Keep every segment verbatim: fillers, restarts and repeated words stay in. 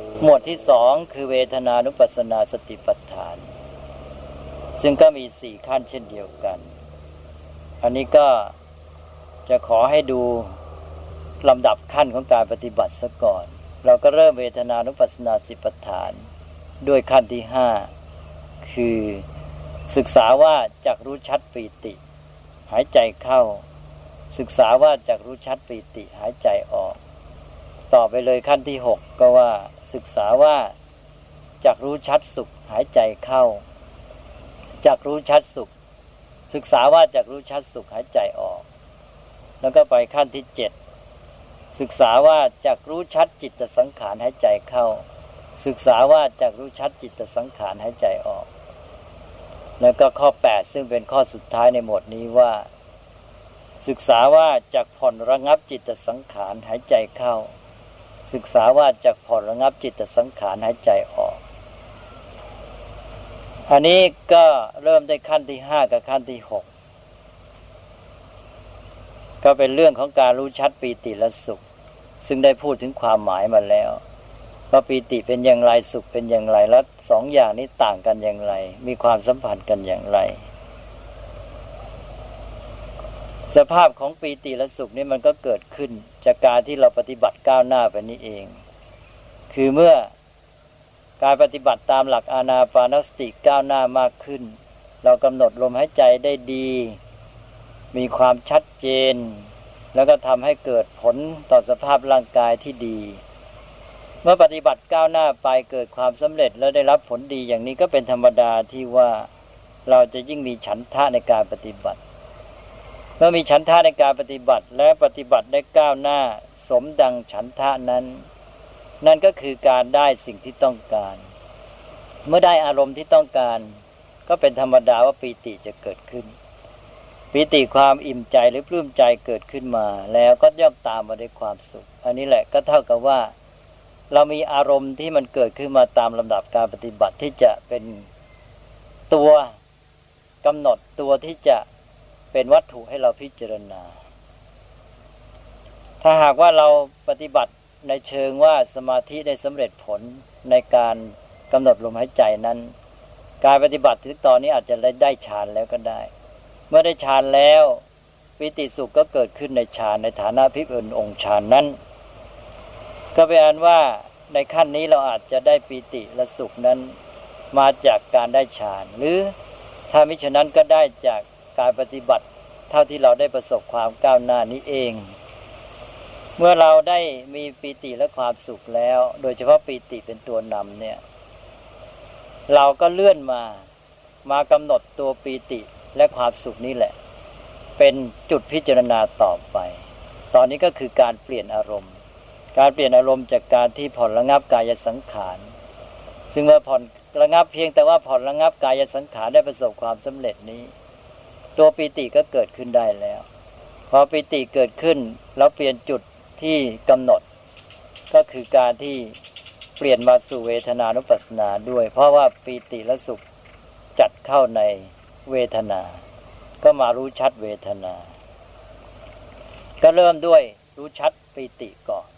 หมวดที่สองคือเวทนานุปัสสนาสติปัฏฐานซึ่งก็มีสี่ขั้นเช่นเดียวกันอันนี้ก็จะขอให้ดูลำดับขั้นของการปฏิบัติซะก่อนเราก็เริ่มเวทนานุปัสสนาสติปัฏฐานด้วยขั้นที่ห้าคือศึกษาว่าจักรู้ชัดปีติหายใจเข้าศึกษาว่าจักรู้ชัดปีติหายใจออกต่อไปเลยขั้นที่หกก็ว่าศึกษาว่าจักรู้ชัดสุขหายใจเข้าจักรู้ชัดสุขศึกษาว่าจักรู้ชัดสุขหายใจออกแล้วก็ไปขั้นที่เจ็ดศึกษาว่าจักรู้ชัดจิตสังขารหายใจเข้าศึกษาว่าจักรู้ชัดจิตสังขารหายใจออกแล้วก็ข้อแปดซึ่งเป็นข้อสุดท้ายในหมวดนี้ว่าศึกษาว่าจักผ่อนระงับจิตสังขารหายใจเข้าศึกษาว่าจักผ่อนระงับจิตสังขารหายใจออกอันนี้ก็เริ่มได้ขั้นที่ห้ากับขั้นที่หกก็เป็นเรื่องของการรู้ชัดปีติและสุขซึ่งได้พูดถึงความหมายมาแล้วว่าปีติเป็นอย่างไรสุขเป็นอย่างไรและสองอย่างนี้ต่างกันอย่างไรมีความสัมพันธ์กันอย่างไรสภาพของปีติและสุขนี่มันก็เกิดขึ้นจากการที่เราปฏิบัติก้าวหน้าไปนี้เองคือเมื่อการปฏิบัติตามหลักอานาปานสติก้าวหน้ามากขึ้นเรากำหนดลมหายใจได้ดีมีความชัดเจนแล้วก็ทำให้เกิดผลต่อสภาพร่างกายที่ดีเมื่อปฏิบัติก้าวหน้าไปเกิดความสำเร็จแล้วได้รับผลดีอย่างนี้ก็เป็นธรรมดาที่ว่าเราจะยิ่งมีฉันทะในการปฏิบัติเมื่อมีฉันทะในการปฏิบัติและปฏิบัติได้ก้าวหน้าสมดังฉันทะนั้นนั่นก็คือการได้สิ่งที่ต้องการเมื่อได้อารมณ์ที่ต้องการก็เป็นธรรมดาว่าปีติจะเกิดขึ้นปีติความอิ่มใจหรือปลื้มใจเกิดขึ้นมาแล้วก็ย่อมตามมาด้วยความสุขอันนี้แหละก็เท่ากับว่าเรามีอารมณ์ที่มันเกิดขึ้นมาตามลำดับการปฏิบัติที่จะเป็นตัวกำหนดตัวที่จะเป็นวัตถุให้เราพิจารณาถ้าหากว่าเราปฏิบัติในเชิงว่าสมาธิได้สำเร็จผลในการกำหนดลมหายใจนั้นการปฏิบัติถึงตอนนี้อาจจะได้ฌานแล้วก็ได้เมื่อได้ฌานแล้วปิติสุขก็เกิดขึ้นในฌานในฐานะภิกษุองค์ฌานนั้นก็เป็นอันว่าในขั้นนี้เราอาจจะได้ปิติและสุขนั้นมาจากการได้ฌานหรือถ้ามิฉะนั้นก็ได้จากการปฏิบัติเท่าที่เราได้ประสบความก้าวหน้านี้เองเมื่อเราได้มีปิติและความสุขแล้วโดยเฉพาะปิติเป็นตัวนำเนี่ยเราก็เลื่อนมามากำหนดตัวปิติและความสุขนี้แหละเป็นจุดพิจารณาต่อไปตอนนี้ก็คือการเปลี่ยนอารมณ์การเปลี่ยนอารมณ์จากการที่ผ่อนระงับกายสังขารซึ่งเมื่อผ่อนระงับเพียงแต่ว่าผ่อนระงับกายสังขารได้ประสบความสำเร็จนี้ตัวปิติก็เกิดขึ้นได้แล้วพอปิติเกิดขึ้นแล้วเปลี่ยนจุดที่กำหนดก็คือการที่เปลี่ยนมาสู่เวทนานุปัสสนาด้วยเพราะว่าปิติและสุขจัดเข้าในเวทนาก็มารู้ชัดเวทนาก็เริ่มด้วยรู้ชัดปิติก่อน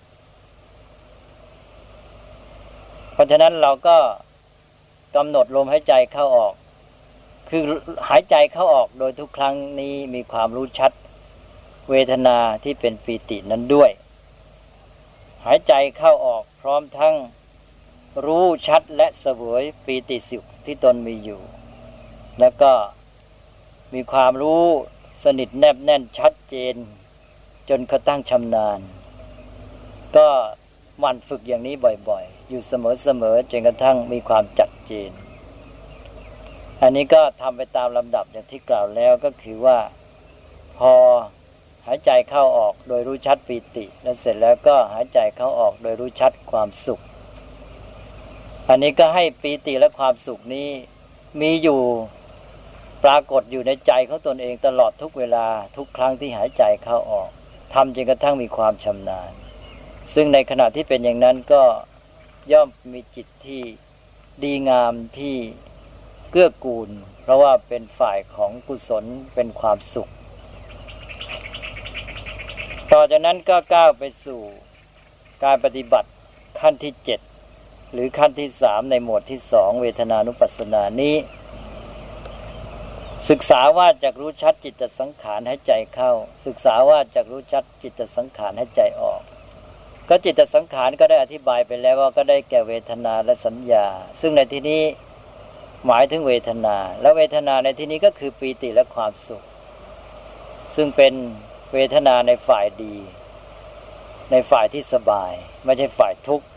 เพราะฉะนั้นเราก็กำหนดลมหายใจเข้าออกคือหายใจเข้าออกโดยทุกครั้งนี้มีความรู้ชัดเวทนาที่เป็นปิตินั้นด้วยหายใจเข้าออกพร้อมทั้งรู้ชัดและเสวยปิติสุขที่ตนมีอยู่แล้วก็มีความรู้สนิทแนบแน่นชัดเจนจนกระทั่งชำนาญก็หมั่นฝึกอย่างนี้บ่อยๆอยู่เสมอๆจนกระทั่งมีความชัดเจนอันนี้ก็ทำไปตามลำดับอย่างที่กล่าวแล้วก็คือว่าพอหายใจเข้าออกโดยรู้ชัดปิติแล้วเสร็จแล้วก็หายใจเข้าออกโดยรู้ชัดความสุขอันนี้ก็ให้ปิติและความสุขนี้มีอยู่ปรากฏอยู่ในใจของตนเองตลอดทุกเวลาทุกครั้งที่หายใจเข้าออกทำจนกระทั่งมีความชำนาญซึ่งในขณะที่เป็นอย่างนั้นก็ย่อมมีจิตที่ดีงามที่เกื้อกูลเพราะว่าเป็นฝ่ายของกุศลเป็นความสุขต่อจากนั้นก็ก้าวไปสู่การปฏิบัติขั้นที่เจ็ดหรือขั้นที่สามในหมวดที่สองเวทนานุปัสสนานี้ศึกษาว่าจักรู้ชัดจิตสังขารให้ใจเข้าศึกษาว่าจักรู้ชัดจิตสังขารให้ใจออกก็จิตสังขารก็ได้อธิบายไปแล้วว่าก็ได้แก่เวทนาและสัญญาซึ่งในที่นี้หมายถึงเวทนาแล้วเวทนาในที่นี้ก็คือปีติและความสุขซึ่งเป็นเวทนาในฝ่ายดีในฝ่ายที่สบายไม่ใช่ฝ่ายทุกข์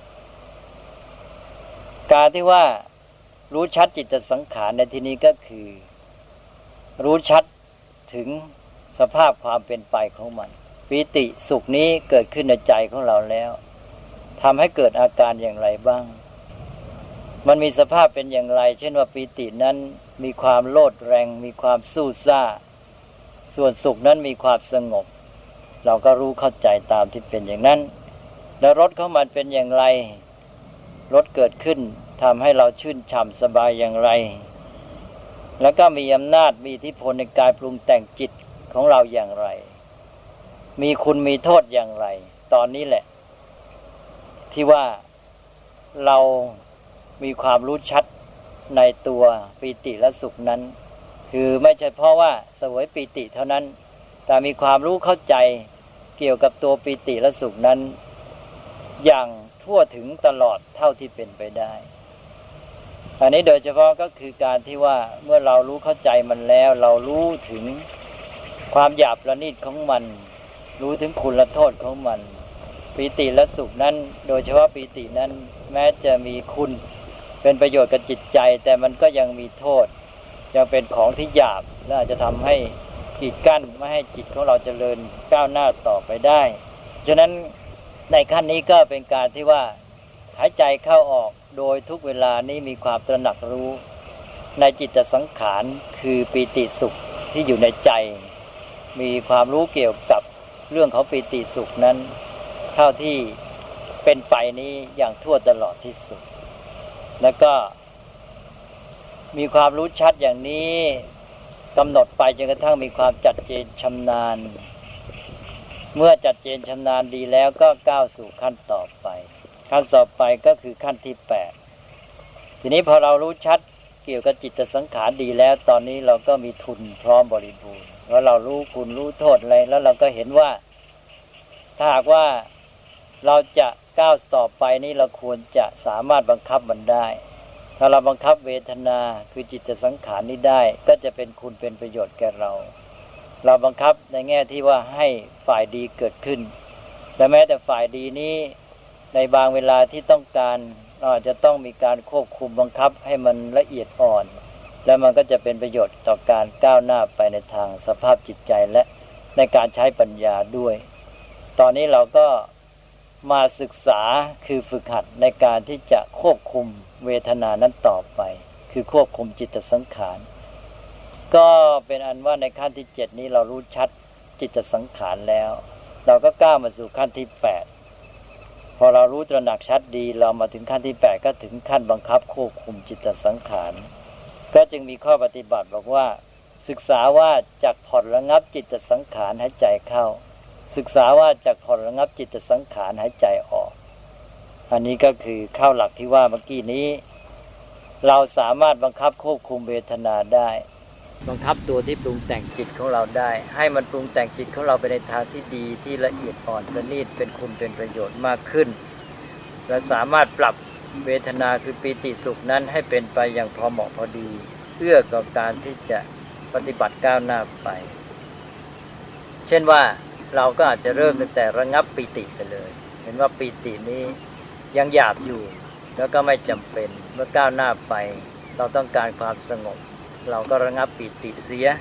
การที่ว่ารู้ชัดจิตสังขารในที่นี้ก็คือรู้ชัดถึงสภาพความเป็นไปของมันปีติสุขนี้เกิดขึ้นในใจของเราแล้วทำให้เกิดอาการอย่างไรบ้างมันมีสภาพเป็นอย่างไรเช่นว่าปีตินั้นมีความโลดแรงมีความสู้ซ่าส่วนสุขนั้นมีความสงบเราก็รู้เข้าใจตามที่เป็นอย่างนั้นแล้วรสของมันเป็นอย่างไรรสเกิดขึ้นทำให้เราชื่นฉ่ำสบายอย่างไรแล้วก็มีอำนาจมีอิทธิพลในการปรุงแต่งจิตของเราอย่างไรมีคุณมีโทษอย่างไรตอนนี้แหละที่ว่าเรามีความรู้ชัดในตัวปีติและสุขนั้นคือไม่ใช่เพราะว่าเสวยปีติเท่านั้นแต่มีความรู้เข้าใจเกี่ยวกับตัวปีติและสุขนั้นอย่างทั่วถึงตลอดเท่าที่เป็นไปได้อันนี้โดยเฉพาะก็คือการที่ว่าเมื่อเรารู้เข้าใจมันแล้วเรารู้ถึงความหยาบประณีตของมันรู้ถึงคุณและโทษของมันปีติและสุขนั้นโดยเฉพาะปีตินั้นแม้จะมีคุณเป็นประโยชน์กับจิตใจแต่มันก็ยังมีโทษยังเป็นของที่หยาบและอาจจะทำให้กีดกั้นไม่ให้จิตของเราเจริญก้าวหน้าต่อไปได้ฉะนั้นในขั้นนี้ก็เป็นการที่ว่าหายใจเข้าออกโดยทุกเวลานี้มีความตระหนักรู้ในจิตสังขารคือปีติสุขที่อยู่ในใจมีความรู้เกี่ยวกับเรื่องของปีติสุขนั้นเท่าที่เป็นไปนี้อย่างทั่วตลอดที่สุดแล้วก็มีความรู้ชัดอย่างนี้กำหนดไปจนกระทั่งมีความจัดเจนชำนาญเมื่อจัดเจนชำนาญดีแล้วก็ก้าวสู่ขั้นต่อไปขั้นต่อไปก็คือขั้นที่แปดทีนี้พอเรารู้ชัดเกี่ยวกับจิตสังขารดีแล้วตอนนี้เราก็มีทุนพร้อมบริบูรณ์เพราะเรารู้คุณรู้โทษอะไรแล้วเราก็เห็นว่าถ้าหากว่าเราจะก้าวต่อไปนี้เราควรจะสามารถบังคับมันได้ถ้าเราบังคับเวทนาคือจิตสังขารนี้ได้ก็จะเป็นคุณเป็นประโยชน์แก่เราเราบังคับในแง่ที่ว่าให้ฝ่ายดีเกิดขึ้นแต่แม้แต่ฝ่ายดีนี้ในบางเวลาที่ต้องการเราอาจจะต้องมีการควบคุมบังคับให้มันละเอียดอ่อนแล้วมันก็จะเป็นประโยชน์ต่อการก้าวหน้าไปในทางสภาพจิตใจและในการใช้ปัญญาด้วยตอนนี้เราก็มาศึกษาคือฝึกหัดในการที่จะควบคุมเวทนานั้นต่อไปคือควบคุมจิตสังขารก็เป็นอันว่าในขั้นที่เจ็ดนี้เรารู้ชัดจิตสังขารแล้วเราก็ก้าวมาสู่ขั้นที่แปดพอเรารู้ตระหนักชัดดีเรามาถึงขั้นที่แปดก็ถึงขั้นบังคับควบคุมจิตสังขารก็จึงมีข้อปฏิบัติบอกว่าศึกษาว่าจักผ่อนระงับจิตสังขารให้ใจเข้าศึกษาว่าจักผ่อนระงับจิตสังขารให้ใจออกอันนี้ก็คือเข้าหลักที่ว่าเมื่อกี้นี้เราสามารถบังคับควบคุมเวทนาได้บังคับตัวที่ปรุงแต่งจิตของเราได้ให้มันปรุงแต่งจิตของเราไปในทางที่ดีที่ละเอียดอ่อนประณีตเป็นคุณเป็นประโยชน์มากขึ้นและสามารถปรับเวทนาคือปีติสุขนั้นให้เป็นไปอย่างพอเหมาะพอดีเพื่อต่อการที่จะปฏิบัติก้าวหน้าไปเช่นว่าเราก็อาจจะเริ่มตั้งแต่ระงับปีติไปเลยเห็นว่าปีตินี้ยังหยาบอยู่แล้วก็ไม่จำเป็นเมื่อก้าวหน้าไปเราต้องการความสงบเราก็ระงับปีติเสีย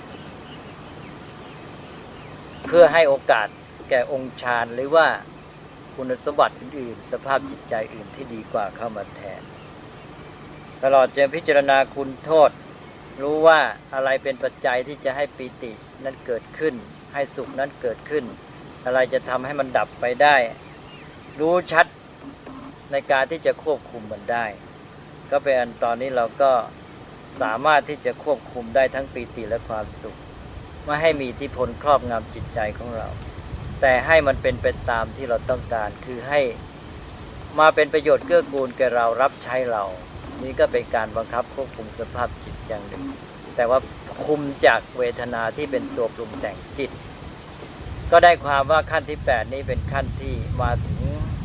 เพื่อให้โอกาสแก่องค์ฌานหรือว่าคุณสมบัติอื่นๆสภาพจิตใจอื่นที่ดีกว่าเข้ามาแทนตลอดจนพิจารณาคุณโทษรู้ว่าอะไรเป็นปัจจัยที่จะให้ปีตินั้นเกิดขึ้นให้สุขนั้นเกิดขึ้นอะไรจะทำให้มันดับไปได้รู้ชัดในการที่จะควบคุมมันได้ก็เป็นอันตอนนี้เราก็สามารถที่จะควบคุมได้ทั้งปีติและความสุขไม่ให้มีอิทธิพลครอบงำจิตใจของเราแต่ให้มันเป็นไปตามที่เราต้องการคือให้มาเป็นประโยชน์เกื้อกูลแก่เรารับใช้เรานี่ก็เป็นการบังคับควบคุมสภาพจิตอย่างหนึ่งแต่ว่าคุมจากเวทนาที่เป็นตัวปรุงแต่งจิตก็ได้ความว่าขั้นที่แปดนี้เป็นขั้นที่มาถึง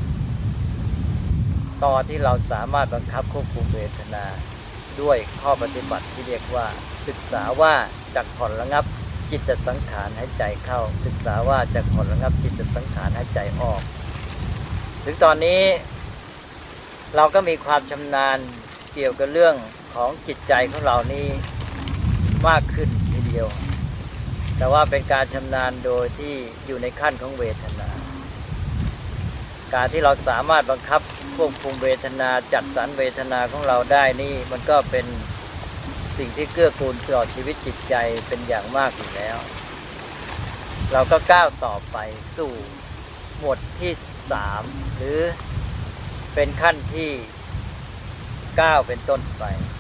ตอนที่เราสามารถบังคับควบคุมเวทนาด้วยข้อปฏิบัติที่เรียกว่าศึกษาว่าจักผ่อนระงับจิตสังขารให้ใจเข้าศึกษาว่าจักผ่อนระงับจิตสังขารให้ใจออกถึงตอนนี้เราก็มีความชำนาญเกี่ยวกับเรื่องของจิตใจของเรานี้มากขึ้นทีเดียวแต่ว่าเป็นการชำนาญโดยที่อยู่ในขั้นของเวทนาการที่เราสามารถบังคับควบคุมเวทนาจัดสรรเวทนาของเราได้นี่มันก็เป็นสิ่งที่เกื้อกูลต่อชีวิตจิตใจเป็นอย่างมากอยู่แล้วเราก็ก้าวต่อไปสู่หมวดที่สามหรือเป็นขั้นที่เก้าเป็นต้นไป